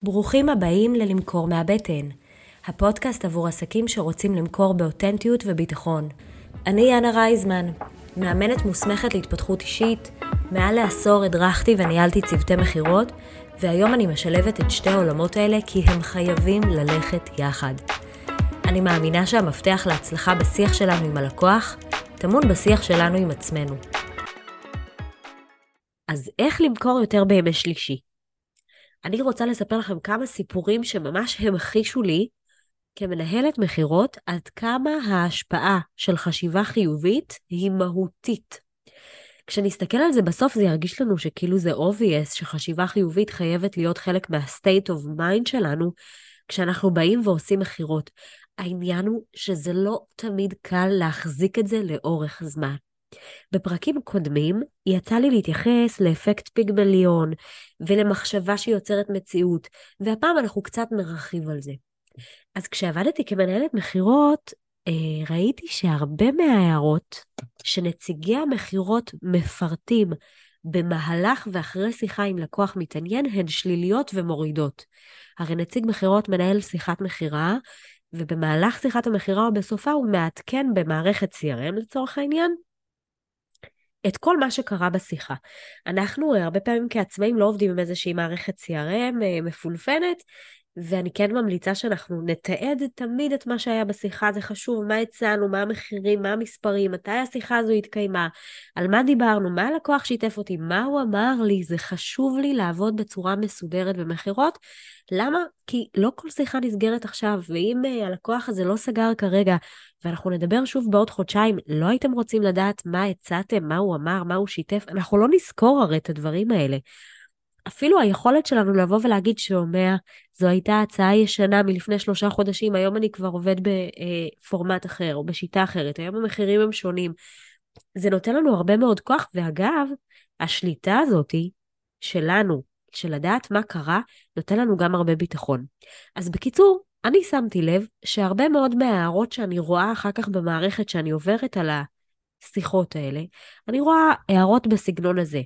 ברוכים הבאים ללמכור מהבטן, הפודקאסט עבור עסקים שרוצים למכור באותנטיות וביטחון. אני יאנה רייזמן, מאמנת מוסמכת להתפתחות אישית, מעל לעשור הדרכתי וניהלתי צוותי מחירות, והיום אני משלבת את שתי העולמות האלה כי הם חייבים ללכת יחד. אני מאמינה שהמפתח להצלחה בשיח שלנו עם הלקוח, טמון בשיח שלנו עם עצמנו. אז איך למכור יותר בימי שלישי? אני רוצה לספר לכם כמה סיפורים שממש המחישו לי כמנהלת מחירות עד כמה ההשפעה של חשיבה חיובית היא מהותית. כשנסתכל על זה בסוף זה ירגיש לנו שכאילו זה obvious שחשיבה חיובית חייבת להיות חלק מה-state of mind שלנו כשאנחנו באים ועושים מחירות. העניין הוא שזה לא תמיד קל להחזיק את זה לאורך זמן. בפרקים קודמים יצא לי להתייחס לאפקט פיגמליון ולמחשבה שיוצרת מציאות, והפעם אנחנו קצת נרחיב על זה. אז כשעבדתי כמנהלת מחירות, ראיתי שהרבה מההערות שנציגי המחירות מפרטים במהלך ואחרי שיחה עם לקוח מתעניין הן שליליות ומורידות. הרי נציג מחירות מנהל שיחת מחירה, ובמהלך שיחת המחירה או בסופה הוא מעדכן במערכת CRM לצורך העניין, את כל מה שקרה בשיחה. אנחנו הרבה פעמים כעצמאים לא עובדים עם איזושהי מערכת CRM מפונפנת, ואני כן ממליצה שאנחנו נתעד תמיד את מה שהיה בשיחה, זה חשוב, מה הצענו, מה המחירים, מה המספרים, מתי השיחה הזו התקיימה, על מה דיברנו, מה הלקוח שיתף אותי, מה הוא אמר לי, זה חשוב לי לעבוד בצורה מסודרת במחירות. למה? כי לא כל שיחה נסגרת עכשיו, ואם הלקוח הזה לא סגר כרגע, ואנחנו נדבר שוב בעוד חודשיים, לא הייתם רוצים לדעת מה הצעתם, מה הוא אמר, מה הוא שיתף, אנחנו לא נזכור הרי את הדברים האלה. אפילו היכולת שלנו לבוא ולהגיד שומע, זו הייתה הצעה ישנה מלפני 3 חודשים, היום אני כבר עובד בפורמט אחר או בשיטה אחרת, היום המחירים הם שונים. זה נותן לנו הרבה מאוד כוח, ואגב, השליטה הזאת שלנו, של לדעת מה קרה, נותן לנו גם הרבה ביטחון. אז בקיצור, אני שמתי לב שהרבה מאוד מההערות שאני רואה אחר כך במערכת שאני עוברת על השיחות האלה, אני רואה הערות בסגנון הזה.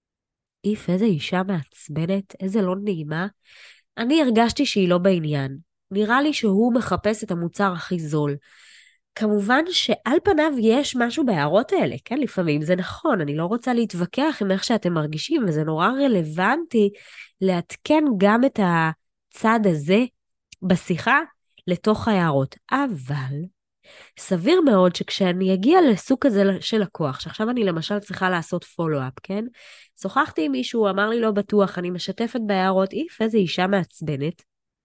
איזה אישה מעצבנת, איזה לא נעימה. אני הרגשתי שהיא לא בעניין. נראה לי שהוא מחפש את המוצר הכי זול. כמובן שעל פניו יש משהו בהערות האלה, כן? לפעמים זה נכון, אני לא רוצה להתווכח עם איך שאתם מרגישים, וזה נורא רלוונטי לעדכן גם את הצד הזה בשיחה לתוך ההערות. אבל סביר מאוד שכשאני אגיע לסוג כזה של לקוח, שעכשיו אני למשל צריכה לעשות פולו-אפ, כן? שוחחתי עם מישהו, אמר לי לא בטוח, אני משתפת בהערות, איזה אישה מעצבנת,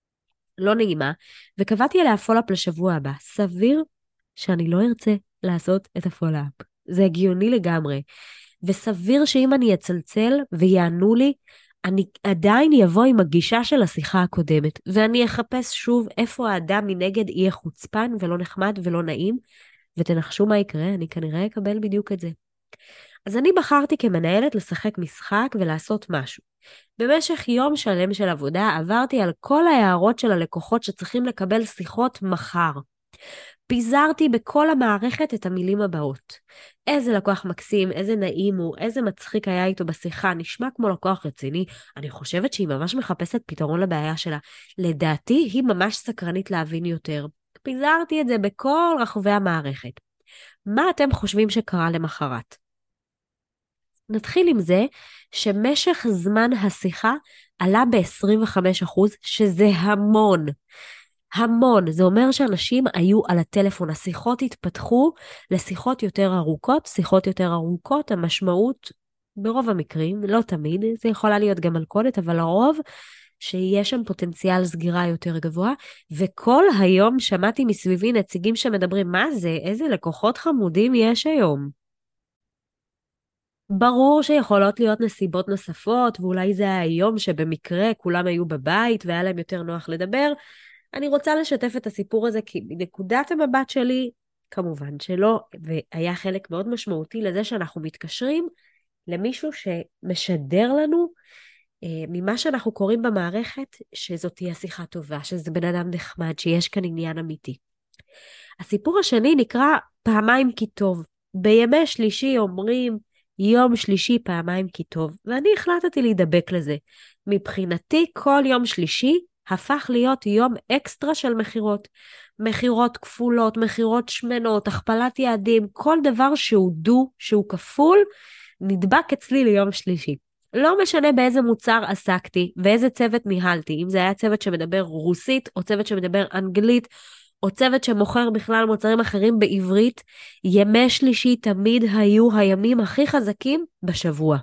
לא נעימה, וקבעתי עליה פולו-אפ לשבוע הבא. סביר שאני לא ארצה לעשות את הפולו-אפ. זה הגיוני לגמרי. וסביר שאם אני אצלצל ויענו לי, אני עדיין יבוא עם הגישה של השיחה הקודמת, ואני אחפש שוב איפה האדם מנגד יהיה חוצפן ולא נחמד ולא נעים, ותנחשו מה יקרה, אני כנראה אקבל בדיוק את זה. אז אני בחרתי כמנהלת לשחק משחק ולעשות משהו. במשך יום שלם של עבודה עברתי על כל ההערות של הלקוחות שצריכים לקבל שיחות מחר. פיזרתי בכל המערכת את המילים הבאות. איזה לקוח מקסים, איזה נעים הוא, איזה מצחיק היה איתו בשיחה, נשמע כמו לקוח רציני. אני חושבת שהיא ממש מחפשת פתרון לבעיה שלה. לדעתי היא ממש סקרנית להבין יותר. פיזרתי את זה בכל רחבי המערכת. מה אתם חושבים שקרה למחרת? נתחיל עם זה שמשך זמן השיחה עלה ב-25%, שזה המון. המון, זה אומר שאנשים היו על הטלפון, השיחות התפתחו לשיחות יותר ארוכות, שיחות יותר ארוכות, המשמעות ברוב המקרים, לא תמיד, זה יכולה להיות גם מלכודת, אבל לרוב שיש שם פוטנציאל סגירה יותר גבוה, וכל היום שמעתי מסביבי נציגים שמדברים, מה זה, איזה לקוחות חמודים יש היום. ברור שיכולות להיות נסיבות נוספות, ואולי זה היום שבמקרה כולם היו בבית והיה להם יותר נוח לדבר, אני רוצה לשתף את הסיפור הזה, כי מנקודת המבט שלי, כמובן שלא, והיה חלק מאוד משמעותי לזה שאנחנו מתקשרים למישהו שמשדר לנו ממה שאנחנו קוראים במערכת, שזאת תהיה שיחה טובה, שזה בן אדם נחמד, שיש כאן עניין אמיתי. הסיפור השני נקרא פעמיים כי טוב. בימי שלישי אומרים, יום שלישי פעמיים כי טוב, ואני החלטתי להידבק לזה. מבחינתי, כל יום שלישי הפך להיות יום אקסטרה של מחירות. מחירות כפולות, מחירות שמנות, הכפלת יעדים, כל דבר שהוא דו, שהוא כפול, נדבק אצלי ליום שלישי. לא משנה באיזה מוצר עסקתי ואיזה צוות ניהלתי, אם זה היה צוות שמדבר רוסית או צוות שמדבר אנגלית, או צוות שמוכר בכלל מוצרים אחרים בעברית, ימי שלישי תמיד היו הימים הכי חזקים בשבוע.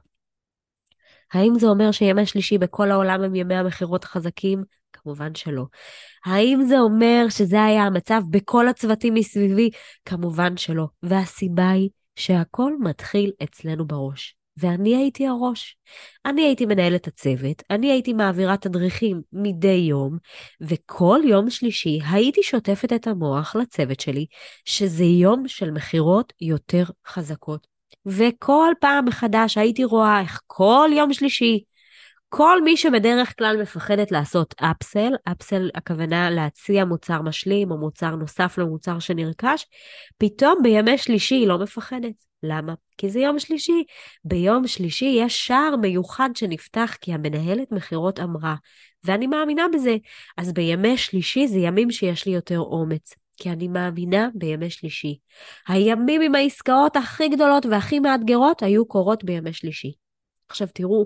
האם זה אומר שימי שלישי בכל העולם הם ימי המחירות החזקים? כמובן שלא. האם זה אומר שזה היה המצב בכל הצוותים מסביבי? כמובן שלא. והסיבה היא שהכל מתחיל אצלנו בראש. ואני הייתי הראש. אני הייתי מנהלת הצוות, אני הייתי מעבירה תדריכים מדי יום, וכל יום שלישי הייתי שוטפת את המוח לצוות שלי, שזה יום של מחירות יותר חזקות. וכל פעם מחדש הייתי רואה איך כל יום שלישי, כל מי שבדרך כלל מפחדת לעשות אפסל, אפסל הכוונה להציע מוצר משלים או מוצר נוסף למוצר שנרכש, פתאום בימי שלישי היא לא מפחדת. למה? כי זה יום שלישי. ביום שלישי יש שער מיוחד שנפתח כי המנהלת מחירות אמרה, ואני מאמינה בזה. אז בימי שלישי זה ימים שיש לי יותר אומץ. כי אני מאמינה בימי שלישי. הימים עם העסקאות הכי גדולות והכי מאתגרות היו קורות בימי שלישי. עכשיו תראו,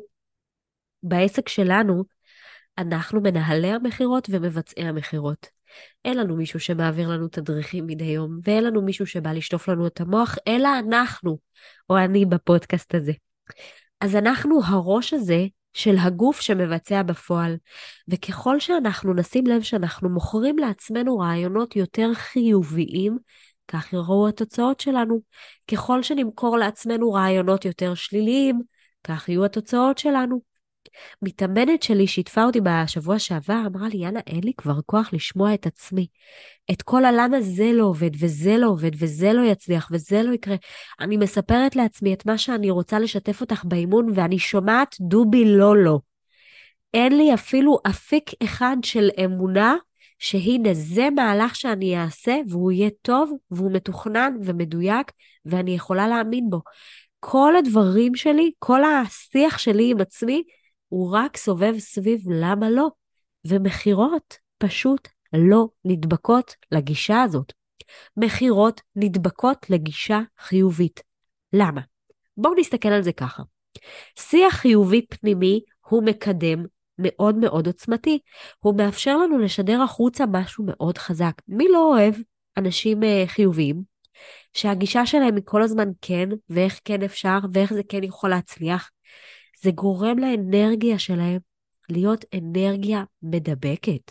בעסק שלנו, אנחנו מנהלי המחירות ומבצעי המחירות. אין לנו מישהו שמעביר לנו תדריכים מדי יום, ואין לנו מישהו שבא לשטוף לנו את המוח, אלא אנחנו, או אני בפודקאסט הזה. אז אנחנו הראש הזה של הגוף שמבצע בפועל, וככל שאנחנו נשים לב שאנחנו מוכרים לעצמנו רעיונות יותר חיוביים, כך יראו התוצאות שלנו. ככל שנמכור לעצמנו רעיונות יותר שליליים, כך יהיו התוצאות שלנו. מתאמנת שלי שיתפה אותי בשבוע שעבר, אמרה לי, יאנה, אין לי כבר כוח לשמוע את עצמי. את כל הלמה זה לא עובד, וזה לא עובד, וזה לא יצליח, וזה לא יקרה. אני מספרת לעצמי את מה שאני רוצה לשתף אותך באימון, ואני שומעת דובי לא לא. אין לי אפילו אפיק אחד של אמונה, שהנה זה מהלך שאני אעשה, והוא יהיה טוב, והוא מתוכנן ומדויק, ואני יכולה להאמין בו. כל הדברים שלי, כל השיח שלי עם עצמי, הוא רק סובב סביב למה לא, ומחירות פשוט לא נדבקות לגישה הזאת. מחירות נדבקות לגישה חיובית. למה? בואו נסתכל על זה ככה. שיח חיובי פנימי הוא מקדם מאוד מאוד עוצמתי. הוא מאפשר לנו לשדר החוצה משהו מאוד חזק. מי לא אוהב אנשים חיוביים? שהגישה שלהם היא כל הזמן כן, ואיך כן אפשר, ואיך זה כן יכול להצליח. זה גורם לאנרגיה שלהם להיות אנרגיה מדבקת.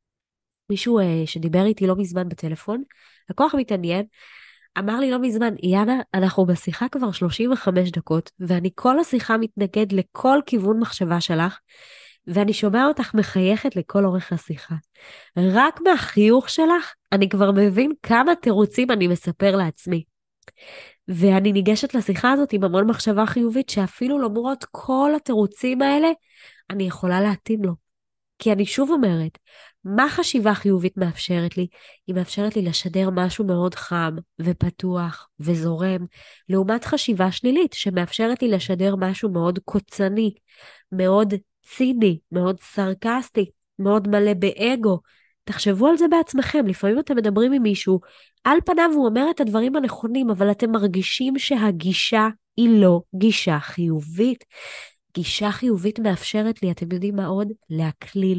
מישהו שדיבר איתי לא מזמן בטלפון, לקוח מתעניין, אמר לי לא מזמן, יאנה, אנחנו בשיחה כבר 35 דקות, ואני כל השיחה מתנגד לכל כיוון מחשבה שלך, ואני שומע אותך מחייכת לכל אורך השיחה. רק מהחיוך שלך, אני כבר מבין כמה תירוצים אני מספר לעצמי. ואני ניגשת לשיחה הזאת עם המון מחשבה חיובית, שאפילו למרות כל התירוצים האלה, אני יכולה להתאים לו. כי אני שוב אומרת, מה חשיבה חיובית מאפשרת לי? היא מאפשרת לי לשדר משהו מאוד חם ופתוח וזורם, לעומת חשיבה שלילית, שמאפשרת לי לשדר משהו מאוד קוצני, מאוד ציני, מאוד סרקסטי, מאוד מלא באגו. תחשבו על זה בעצמכם, לפעמים אתם מדברים עם מישהו, על פניו הוא אומר את הדברים הנכונים, אבל אתם מרגישים שהגישה היא לא גישה חיובית. גישה חיובית מאפשרת לי, אתם יודעים מה עוד? להקליל.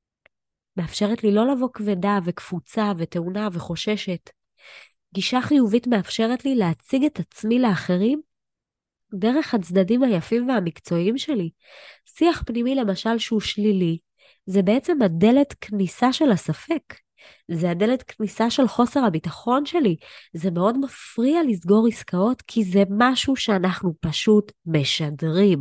מאפשרת לי לא לבוא כבדה וקפוצה וטעונה וחוששת. גישה חיובית מאפשרת לי להציג את עצמי לאחרים דרך הצדדים היפים והמקצועיים שלי. שיח פנימי למשל שהוא שלילי, זה בעצם הדלת כניסה של הספק. זה הדלת כניסה של חוסר הביטחון שלי. זה מאוד מפריע לסגור עסקאות, כי זה משהו שאנחנו פשוט משדרים.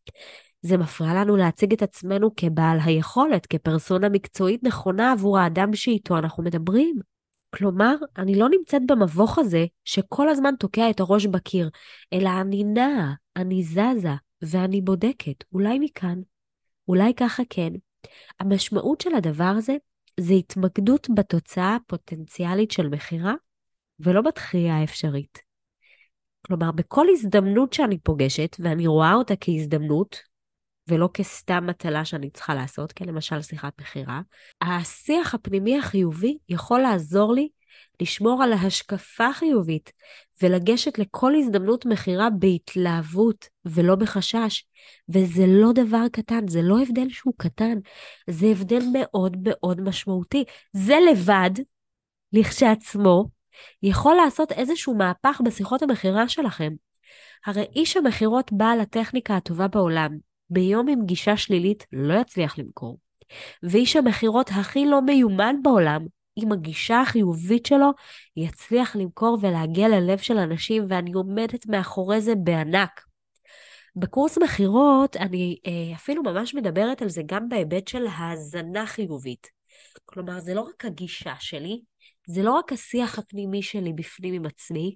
זה מפריע לנו להציג את עצמנו כבעל היכולת, כפרסונה מקצועית נכונה עבור האדם שאיתו אנחנו מדברים. כלומר, אני לא נמצאת במבוך הזה שכל הזמן תוקע את הראש בקיר, אלא אני נעה, אני זזה, ואני בודקת, אולי מכאן, אולי ככה כן. המשמעות של הדבר הזה, זה התמקדות בתוצאה הפוטנציאלית של מחירה, ולא בתחייה האפשרית. כלומר, בכל הזדמנות שאני פוגשת, ואני רואה אותה כהזדמנות, ולא כסתם מטלה שאני צריכה לעשות, כלמשל שיחת מחירה, השיח הפנימי החיובי יכול לעזור לי לשמור על ההשקפה חיובית, ולגשת לכל הזדמנות מחירה בהתלהבות ולא בחשש. וזה לא דבר קטן, זה לא הבדל שהוא קטן, זה הבדל מאוד מאוד משמעותי. זה לבד, לכשעצמו, יכול לעשות איזשהו מהפך בשיחות המחירה שלכם. הרי איש המחירות בעל הטכניקה הטובה בעולם, ביום עם גישה שלילית לא יצליח למכור. ואיש המחירות הכי לא מיומן בעולם, עם הגישה החיובית שלו, יצליח למכור ולהגיע ללב של אנשים, ואני עומדת מאחורי זה בענק. בקורס מחירות אני אפילו ממש מדברת על זה גם בהיבט של האזנה חיובית. כלומר, זה לא רק הגישה שלי, זה לא רק השיח הפנימי שלי בפנים עם עצמי,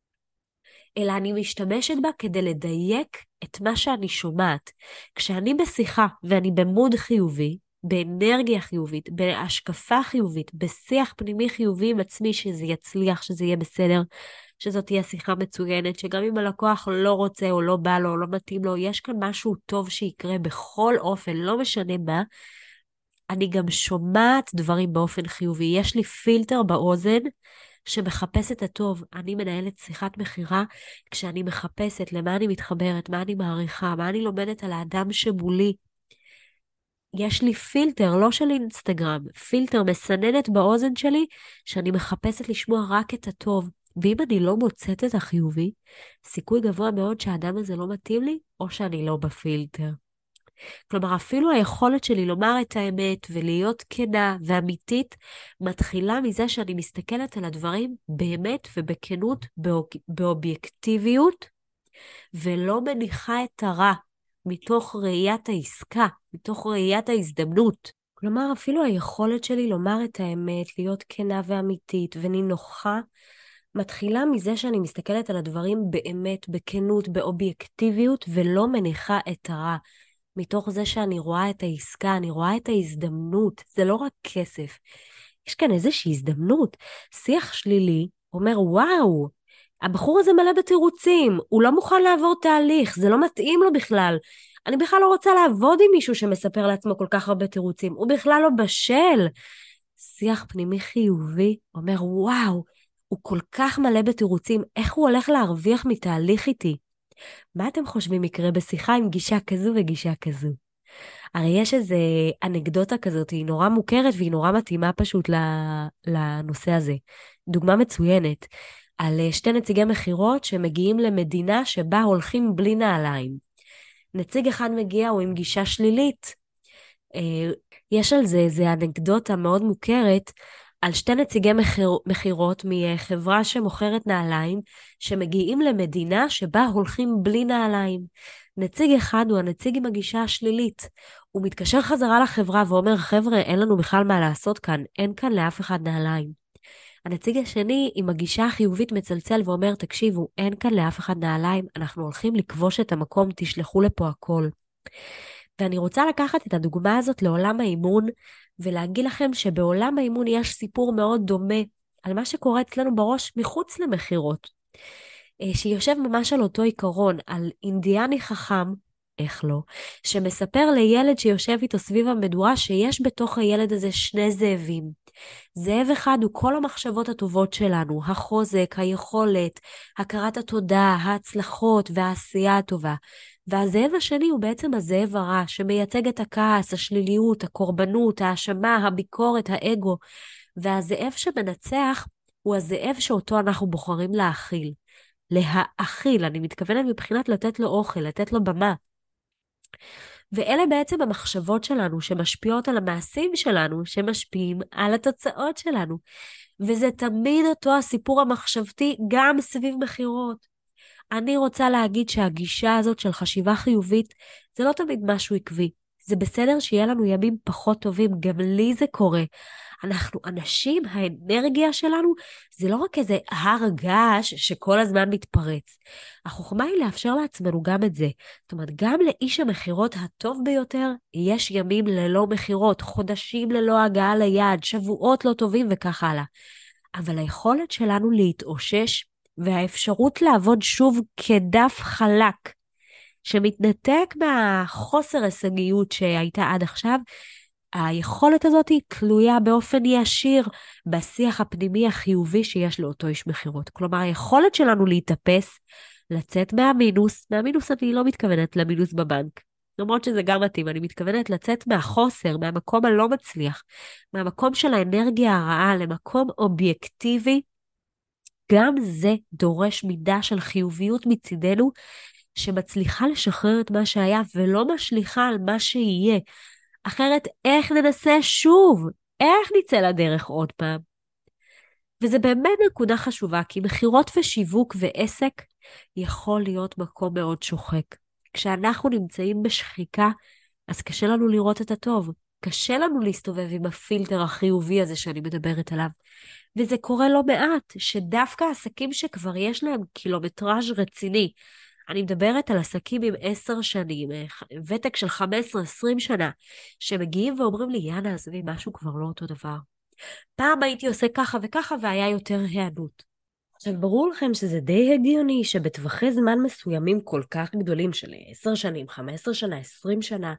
אלא אני משתמשת בה כדי לדייק את מה שאני שומעת. כשאני בשיחה ואני במוד חיובי, באנרגיה חיובית, בהשקפה חיובית, בשיח פנימי חיובי עם עצמי, שזה יצליח, שזה יהיה בסדר, שזאת תהיה שיחה מצוינת, שגם אם הלקוח לא רוצה או לא בא לו או לא מתאים לו, יש כאן משהו טוב שיקרה בכל אופן, לא משנה מה, אני גם שומעת דברים באופן חיובי. יש לי פילטר באוזן שמחפש את הטוב. אני מנהלת שיחת מחירה כשאני מחפשת למה אני מתחברת, מה אני מעריכה, מה אני לומדת על האדם שמולי. יש לי פילטר, לא של אינסטגרם, פילטר מסננת באוזן שלי שאני מחפשת לשמוע רק את הטוב. ואם אני לא מוצאת את החיובי, סיכוי גבוה מאוד שהאדם הזה לא מתאים לי, או שאני לא בפילטר. כלומר, אפילו היכולת שלי לומר את האמת ולהיות כנה ואמיתית, מתחילה מזה שאני מסתכלת על הדברים באמת ובכנות, באובייקטיביות, ולא מניחה את הרע מתוך ראיית העסקה, מתוך ראיית ההזדמנות. כלומר, אפילו היכולת שלי לומר את האמת, להיות כנה ואמיתית ונינוחה, מתחילה מזה שאני מסתכלת על הדברים באמת, בכנות, באובייקטיביות, ולא מניחה את הרע. מתוך זה שאני רואה את העסקה, אני רואה את ההזדמנות, זה לא רק כסף. יש כאן איזושהי הזדמנות. שיח שלילי אומר, וואו, הבחור הזה מלא בתירוצים, הוא לא מוכן לעבור תהליך, זה לא מתאים לו בכלל. אני בכלל לא רוצה לעבוד עם מישהו שמספר לעצמו כל כך הרבה תירוצים, הוא בכלל לא בשל. שיח פנימי חיובי אומר, וואו, הוא כל כך מלא בתירוצים, איך הוא הולך להרוויח מתהליך איתי? מה אתם חושבים יקרה בשיחה עם גישה כזו וגישה כזו? הרי יש איזו אנקדוטה כזאת, היא נורא מוכרת והיא נורא מתאימה פשוט לנושא הזה. דוגמה מצוינת, על שתי נציגי מחירות שמגיעים למדינה שבה הולכים בלי נעליים. נציג אחד מגיע הוא עם גישה שלילית. יש על זה איזו אנקדוטה מאוד מוכרת, על שתי נציגי מחירות מחברה שמוכרת נעליים, שמגיעים למדינה שבה הולכים בלי נעליים. נציג אחד הוא הנציג עם הגישה השלילית. הוא מתקשר חזרה לחברה ואומר, חבר'ה, אין לנו בכלל מה לעשות כאן, אין כאן לאף אחד נעליים. הנציג השני עם הגישה החיובית מצלצל ואומר, תקשיבו, אין כאן לאף אחד נעליים, אנחנו הולכים לכבוש את המקום, תשלחו לפה הכל. ואני רוצה לקחת את הדוגמה הזאת לעולם האימון, ולהגיד לכם שבעולם האימון יש סיפור מאוד דומה על מה שקורה אצלנו בראש מחוץ למחירות, שיושב ממש על אותו עיקרון, על אינדיאני חכם, איך לא, שמספר לילד שיושב איתו סביב המדורה שיש בתוך הילד הזה שני זאבים. זאב אחד הוא כל המחשבות הטובות שלנו, החוזק, היכולת, הכרת התודה, ההצלחות והעשייה הטובה. והזאב השני הוא בעצם הזאב הרע, שמייצג את הכעס, השליליות, הקורבנות, האשמה, הביקורת, האגו. והזאב שמנצח הוא הזאב שאותו אנחנו בוחרים להאכיל. להאכיל, אני מתכוונת מבחינת לתת לו אוכל, לתת לו במה. ואלה בעצם המחשבות שלנו שמשפיעות על המעשים שלנו, שמשפיעים על התוצאות שלנו. וזה תמיד אותו הסיפור המחשבתי גם סביב מחירות. אני רוצה להגיד שהגישה הזאת של חשיבה חיובית זה לא תמיד משהו עקבי. זה בסדר שיהיה לנו ימים פחות טובים, גם לי זה קורה. אנחנו אנשים, האנרגיה שלנו זה לא רק איזה הר געש שכל הזמן מתפרץ. החוכמה היא לאפשר לעצמנו גם את זה. זאת אומרת, גם לאיש המחירות הטוב ביותר יש ימים ללא מחירות, חודשים ללא הגעה ליעד, שבועות לא טובים וכך הלאה. אבל היכולת שלנו להתאושש והאפשרות לעבוד שוב כדף חלק, שמתנתק מהחוסר הישגיות שהייתה עד עכשיו, היכולת הזאת היא תלויה באופן ישיר בשיח הפנימי החיובי שיש לאותו איש מכירות. כלומר, היכולת שלנו להתאפס, לצאת מהמינוס אני לא מתכוונת למינוס בבנק, למרות שזה גם מתאים, אני מתכוונת לצאת מהחוסר, מהמקום הלא מצליח, מהמקום של האנרגיה הרעה למקום אובייקטיבי, גם זה דורש מידה של חיוביות מצידנו, שמצליחה לשחרר את מה שהיה ולא משליכה על מה שיהיה. אחרת, איך ננסה שוב? איך נצא לדרך עוד פעם? וזה באמת נקודה חשובה, כי מכירות ושיווק ועסק יכול להיות מקום מאוד שוחק. כשאנחנו נמצאים בשחיקה, אז קשה לנו לראות את הטוב. קשה לנו להסתובב עם הפילטר החיובי הזה שאני מדברת עליו. וזה קורה לא מעט, שדווקא עסקים שכבר יש להם קילומטראז' רציני, אני מדברת על עסקים עם 10 שנים, ותק של 15-20 שנה, שמגיעים ואומרים לי, יאנה, עזבי, משהו כבר לא אותו דבר. פעם הייתי עושה ככה וככה והיה יותר היענות. עכשיו, ברור לכם שזה די הגיוני שבטווחי זמן מסוימים כל כך גדולים של 10 שנים, 15 שנה, 20 שנה,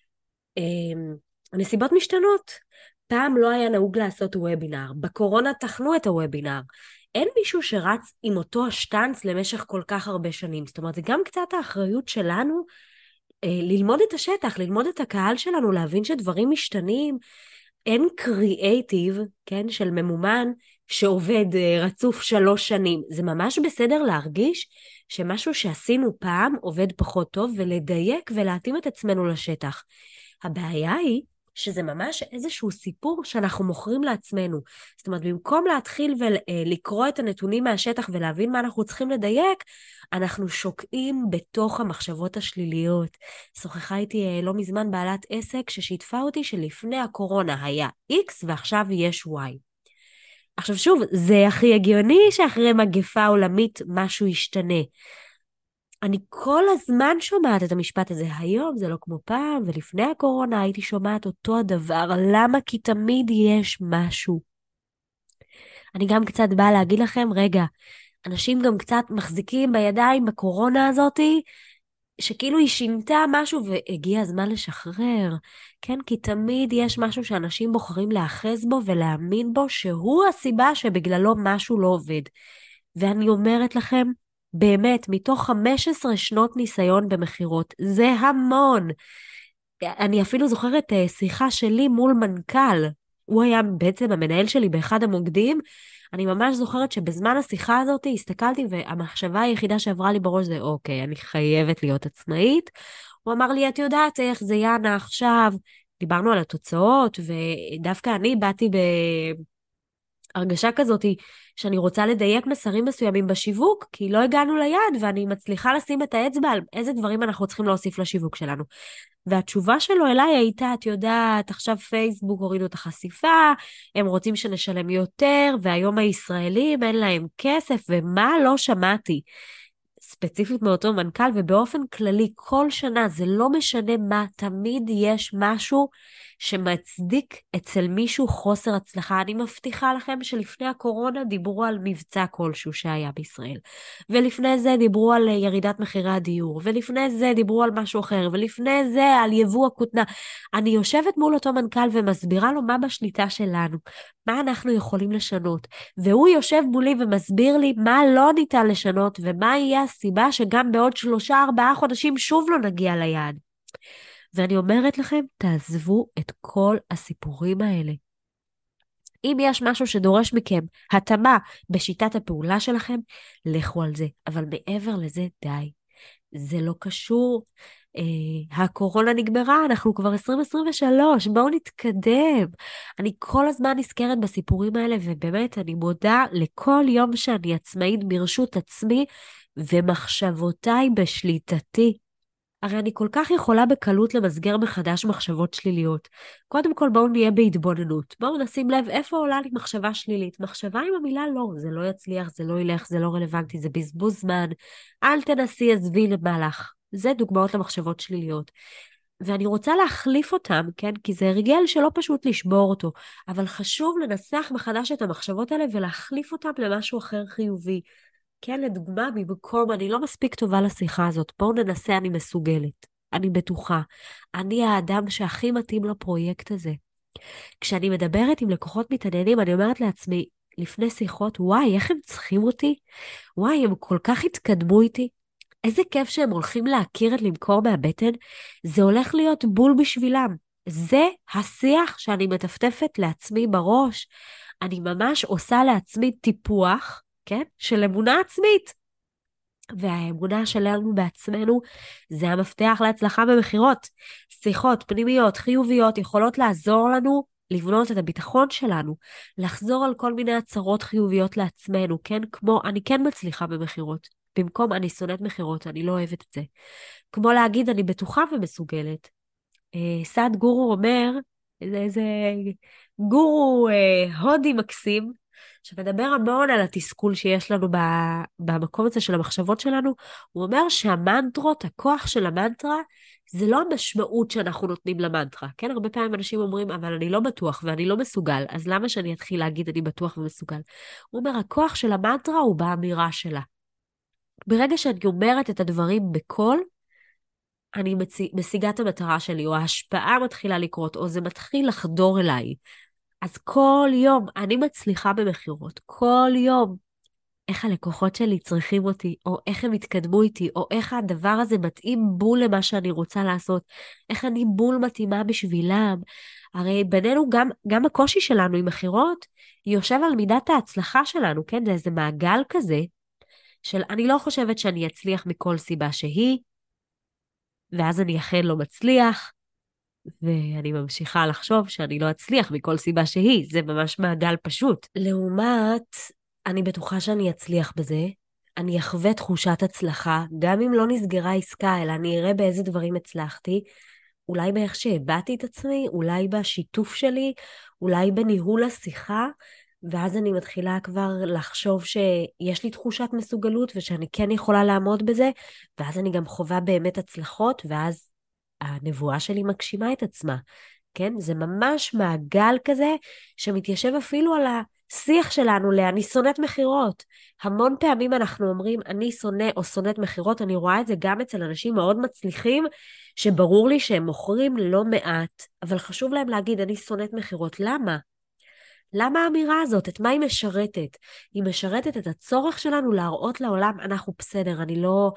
הנסיבות משתנות. פעם לא היה נהוג לעשות וובינר, בקורונה תחנו את הוובינר. אין מישהו שרץ עם אותו השטנץ למשך כל כך הרבה שנים. זאת אומרת, זה גם קצת האחריות שלנו ללמוד את השטח, ללמוד את הקהל שלנו, להבין שדברים משתנים. אין קריאייטיב, כן, של ממומן שעובד רצוף 3 שנים. זה ממש בסדר להרגיש שמשהו שעשינו פעם עובד פחות טוב, ולדייק ולהתאים את עצמנו לשטח. הבעיה היא שזה ממש איזשהו סיפור שאנחנו מוכרים לעצמנו. זאת אומרת, במקום להתחיל ולקרוא את הנתונים מהשטח ולהבין מה אנחנו צריכים לדייק, אנחנו שוקעים בתוך המחשבות השליליות. שוחחה איתי לא מזמן בעלת עסק ששיתפה אותי שלפני הקורונה היה X ועכשיו יש Y. עכשיו שוב, זה הכי הגיוני שאחרי מגפה עולמית משהו ישתנה. אני כל הזמן שומעת את המשפט הזה, היום זה לא כמו פעם, ולפני הקורונה הייתי שומעת אותו הדבר. למה? כי תמיד יש משהו. אני גם קצת באה להגיד לכם, רגע, אנשים גם קצת מחזיקים בידיים בקורונה הזאת, שכאילו היא שינתה משהו והגיע הזמן לשחרר. כן, כי תמיד יש משהו שאנשים בוחרים להאחז בו ולהאמין בו, שהוא הסיבה שבגללו משהו לא עובד. ואני אומרת לכם, באמת, מתוך 15 שנות ניסיון במחירות, זה המון. אני אפילו זוכרת שיחה שלי מול מנכ"ל, הוא היה בעצם המנהל שלי באחד המוקדים, אני ממש זוכרת שבזמן השיחה הזאת הסתכלתי, והמחשבה היחידה שעברה לי בראש זה, אוקיי, אני חייבת להיות עצמאית. הוא אמר לי, את יודעת איך זה יאנה עכשיו, דיברנו על התוצאות, ודווקא אני באתי הרגשה כזאת שאני רוצה לדייק מסרים מסוימים בשיווק, כי לא הגענו ליעד, ואני מצליחה לשים את האצבע על איזה דברים אנחנו צריכים להוסיף לשיווק שלנו. והתשובה שלו אליי הייתה, את יודעת, עכשיו פייסבוק הורידו את החשיפה, הם רוצים שנשלם יותר, והיום הישראלים אין להם כסף, ומה לא שמעתי. ספציפית מאותו מנכ"ל, ובאופן כללי, כל שנה, זה לא משנה מה, תמיד יש משהו שמצדיק אצל מישהו חוסר הצלחה. אני מבטיחה לכם שלפני הקורונה דיברו על מבצע כלשהו שהיה בישראל, ולפני זה דיברו על ירידת מחירי הדיור, ולפני זה דיברו על משהו אחר, ולפני זה על יבוא הכותנה. אני יושבת מול אותו מנכ"ל ומסבירה לו מה בשליטה שלנו, מה אנחנו יכולים לשנות, והוא יושב מולי ומסביר לי מה לא ניתן לשנות, ומה יהיה הסיבה שגם בעוד 3-4 חודשים שוב לא נגיע ליעד. ואני אומרת לכם, תעזבו את כל הסיפורים האלה. אם יש משהו שדורש מכם התאמה בשיטת הפעולה שלכם, לכו על זה. אבל מעבר לזה, די. זה לא קשור. הקורונה נגמרה, אנחנו כבר 2023, בואו נתקדם. אני כל הזמן נזכרת בסיפורים האלה, ובאמת אני מודה לכל יום שאני עצמאית ברשות עצמי, ומחשבותיי בשליטתי. הרי אני כל כך יכולה בקלות למסגר מחדש מחשבות שליליות. קודם כל בואו נהיה בהתבוננות. בואו נשים לב איפה עולה לי מחשבה שלילית. מחשבה עם המילה לא, זה לא יצליח, זה לא ילך, זה לא רלוונטי, זה בזבוז זמן. אל תנסי, עזבי למהלך. זה דוגמאות למחשבות שליליות. ואני רוצה להחליף אותם, כן? כי זה הרגל שלא פשוט לשבור אותו. אבל חשוב לנסח מחדש את המחשבות האלה ולהחליף אותם למשהו אחר חיובי. כן, לדוגמה, במקום, אני לא מספיק טובה לשיחה הזאת, בואו ננסה, אני מסוגלת, אני בטוחה. אני האדם שהכי מתאים לפרויקט הזה. כשאני מדברת עם לקוחות מתעניינים, אני אומרת לעצמי, לפני שיחות, וואי, איך הם צריכים אותי? וואי, הם כל כך התקדמו איתי. איזה כיף שהם הולכים להכיר את למכור מהבטן. זה הולך להיות בול בשבילם. זה השיח שאני מטפטפת לעצמי בראש. אני ממש עושה לעצמי טיפוח, כן? של אמונה עצמית. והאמונה שלנו בעצמנו זה המפתח להצלחה במכירות. שיחות פנימיות, חיוביות, יכולות לעזור לנו לבנות את הביטחון שלנו, לחזור על כל מיני הצהרות חיוביות לעצמנו, כן? כמו, אני כן מצליחה במכירות. במקום, אני שונאת מכירות, אני לא אוהבת את זה. כמו להגיד, אני בטוחה ומסוגלת. סעד גורו אומר, איזה גורו הודי מקסים, שמדבר המון על התסכול שיש לנו במקום הזה של המחשבות שלנו. הוא אומר שהמנטרות, הכוח של המנטרה, זה לא המשמעות שאנחנו נותנים למנטרה. כן, הרבה פעמים אנשים אומרים, אבל אני לא בטוח ואני לא מסוגל, אז למה שאני אתחיל להגיד אני בטוח ומסוגל? הוא אומר, הכוח של המנטרה הוא באמירה שלה. ברגע שאני אומרת את הדברים בקול, אני משיגה את המטרה שלי, או ההשפעה מתחילה לקרות, או זה מתחיל לחדור אליי. אז כל יום אני מצליחה במכירות, כל יום, איך הלקוחות שלי צריכים אותי, או איך הם התקדמו איתי, או איך הדבר הזה מתאים בול למה שאני רוצה לעשות, איך אני בול מתאימה בשבילם. הרי בינינו גם הקושי שלנו עם מכירות, יושב על מידת ההצלחה שלנו, כן? זה איזה מעגל כזה, של אני לא חושבת שאני אצליח מכל סיבה שהיא, ואז אני אכן לא מצליח, ואני ממשיכה לחשוב שאני לא אצליח מכל סיבה שהיא. זה ממש מעגל פשוט. לעומת, אני בטוחה שאני אצליח בזה. אני אחווה תחושת הצלחה, גם אם לא נסגרה עסקה, אלא אני אראה באיזה דברים הצלחתי. אולי באיך שהבאתי את עצמי, אולי בשיתוף שלי, אולי בניהול השיחה, ואז אני מתחילה כבר לחשוב שיש לי תחושת מסוגלות ושאני כן יכולה לעמוד בזה, ואז אני גם חווה באמת הצלחות, ואז הנבואה שלי מגשימה את עצמה, כן? זה ממש מעגל כזה שמתיישב אפילו על השיח שלנו ל"אני שונאת מכירות". המון פעמים אנחנו אומרים, אני שונא או שונאת מכירות, אני רואה את זה גם אצל אנשים מאוד מצליחים, שברור לי שהם מוכרים לא מעט, אבל חשוב להם להגיד, אני שונאת מכירות. למה? למה האמירה הזאת? את מה היא משרתת? היא משרתת את הצורך שלנו להראות לעולם, אנחנו בסדר, אני לא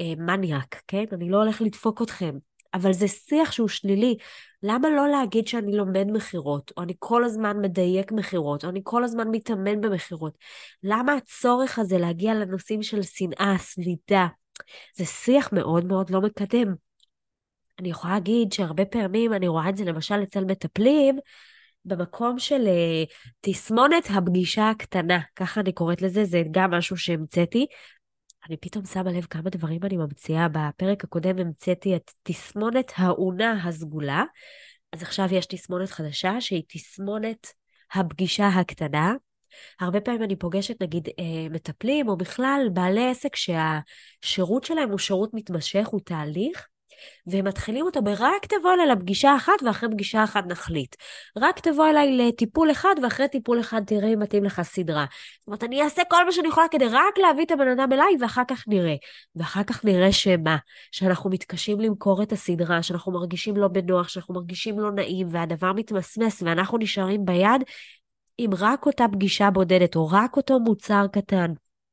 מניאק, כן? אני לא הולך לדפוק אתכם. אבל זה שיח שהוא שלילי. למה לא להגיד שאני לומד מכירות, או אני כל הזמן מדייק מכירות, או אני כל הזמן מתאמן במכירות? למה הצורך הזה להגיע לנושאים של שנאה, סלידה? זה שיח מאוד מאוד לא מקדם. אני יכולה להגיד שהרבה פעמים אני רואה את זה למשל אצל מטפלים, במקום של תסמונת הפגישה הקטנה, ככה אני קוראת לזה, זה גם משהו שהמצאתי. אני פתאום שמה לב כמה דברים אני ממציאה. בפרק הקודם המצאתי את תסמונת האונה הסגולה, אז עכשיו יש תסמונת חדשה שהיא תסמונת הפגישה הקטנה. הרבה פעמים אני פוגשת נגיד מטפלים או בכלל בעלי עסק שהשירות שלהם הוא שירות מתמשך, הוא תהליך, והם מתחילים אותו ברק תבוא אליי לפגישה אחת ואחרי פגישה אחת נחליט. רק תבוא אליי לטיפול אחד ואחרי טיפול אחד תראה אם מתאים לך סדרה. זאת אומרת, אני אעשה כל מה שאני יכולה כדי רק להביא את הבן אדם אליי ואחר כך נראה. ואחר כך נראה שמה? שאנחנו מתקשים למכור את הסדרה, שאנחנו מרגישים לא בנוח, שאנחנו מרגישים לא נעים והדבר מתמסמס ואנחנו נשארים ביד עם רק אותה פגישה בודדת או רק אותו מוצר קטן.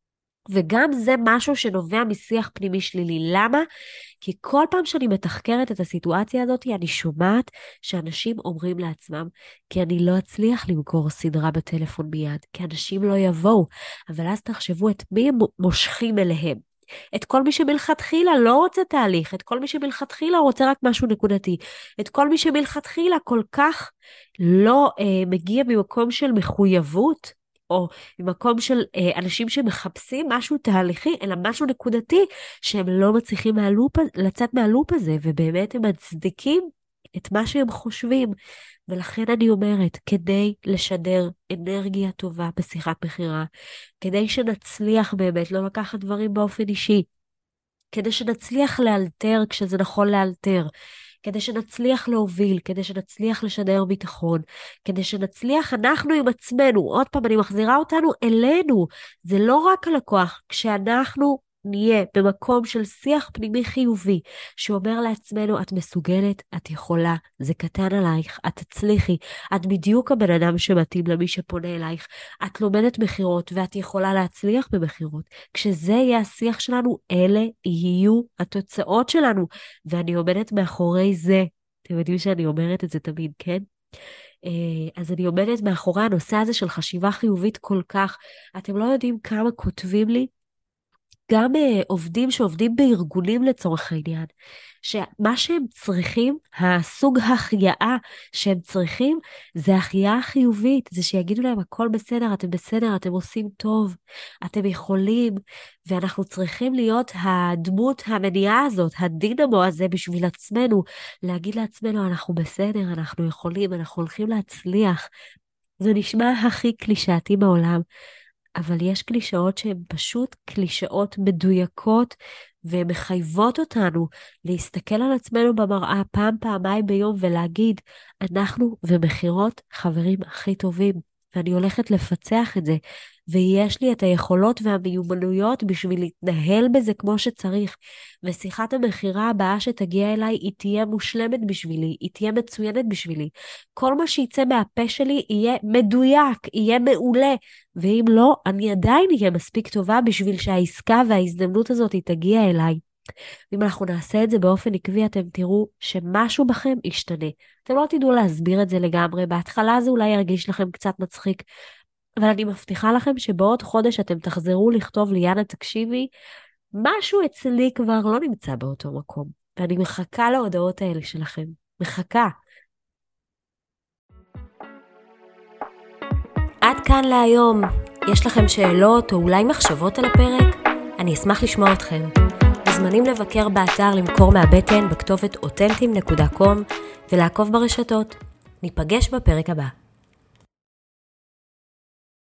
וגם זה משהו שנובע משיח פנימי שלילי. למה? כי כל פעם שאני מתחקרת את הסיטואציה הזאת, אני שומעת שאנשים אומרים לעצמם, כי אני לא אצליח למכור סדרה בטלפון מיד, כי אנשים לא יבואו. אבל אז תחשבו את מי הם מושכים אליהם. את כל מי שמלכתחילה לא רוצה תהליך, את כל מי שמלכתחילה רוצה רק משהו נקודתי, את כל מי שמלכתחילה כל כך לא מגיע ממקום של מחויבות, או ממקום של אנשים שמחפשים משהו תהליכי, אלא משהו נקודתי, שהם לא מצליחים לצאת מהלופ הזה, ובאמת הם מצדיקים את מה שהם חושבים. ולכן אני אומרת, כדי לשדר אנרגיה טובה בשיחת מכירה, כדי שנצליח באמת לא לקחת דברים באופן אישי, כדי שנצליח לאלתר כשזה נכון לאלתר, כדי שנצליח להוביל, כדי שנצליח לשדר ביטחון, כדי שנצליח אנחנו עם עצמנו. עוד פעם, אני מחזירה אותנו אלינו. זה לא רק הלקוח, כשאנחנו נהיה במקום של שיח פנימי חיובי, שאומר לעצמנו, את מסוגלת, את יכולה, זה קטן עלייך, את תצליחי, את בדיוק הבן אדם שמתאים למי שפונה אלייך, את לומדת מחירות ואת יכולה להצליח במחירות. כשזה יהיה השיח שלנו, אלה יהיו התוצאות שלנו, ואני עומדת מאחורי זה. אתם יודעים שאני אומרת את זה תמיד, כן? אז אני עומדת מאחורי הנושא הזה של חשיבה חיובית כל כך. אתם לא יודעים כמה כותבים לי, גם עובדים שעובדים בארגונים לצורך העניין, שמה שהם צריכים, הסוג החייאה שהם צריכים, זה החייאה חיובית, זה שיגידו להם הכל בסדר, אתם עושים טוב, אתם יכולים, ואנחנו צריכים להיות הדמות המניעה הזאת, הדינמו הזה בשביל עצמנו, להגיד לעצמנו אנחנו בסדר, אנחנו יכולים, אנחנו הולכים להצליח. זה נשמע הכי קלישאתי בעולם, אבל יש קלישאות שהן פשוט קלישאות מדויקות, והן מחייבות אותנו להסתכל על עצמנו במראה פעמיים ביום ולהגיד, אנחנו ומחירות חברים הכי טובים, ואני הולכת לפצח את זה, ויש לי את היכולות והמיומנויות בשביל להתנהל בזה כמו שצריך, ושיחת המחירה הבאה שתגיע אליי היא תהיה מושלמת בשבילי, היא תהיה מצוינת בשבילי. כל מה שיצא מהפה שלי יהיה מדויק, יהיה מעולה, ואם לא, אני עדיין אהיה מספיק טובה בשביל שהעסקה וההזדמנות הזאת היא תגיע אליי. ואם אנחנו נעשה את זה באופן עקבי, אתם תראו שמשהו בכם ישתנה. אתם לא תדעו להסביר את זה לגמרי, בהתחלה זה אולי ירגיש לכם קצת מצחיק, אבל אני מבטיחה לכם שבעוד חודש אתם תחזרו לכתוב לי, יאנה תקשיבי, משהו אצלי כבר לא נמצא באותו מקום, ואני מחכה להודעות האלה שלכם. מחכה. עד כאן להיום. יש לכם שאלות או אולי מחשבות על הפרק? אני אשמח לשמוע אתכם. מוזמנים לבקר באתר למכור מהבטן בכתובת authentim.com ולעקוב ברשתות. ניפגש בפרק הבא.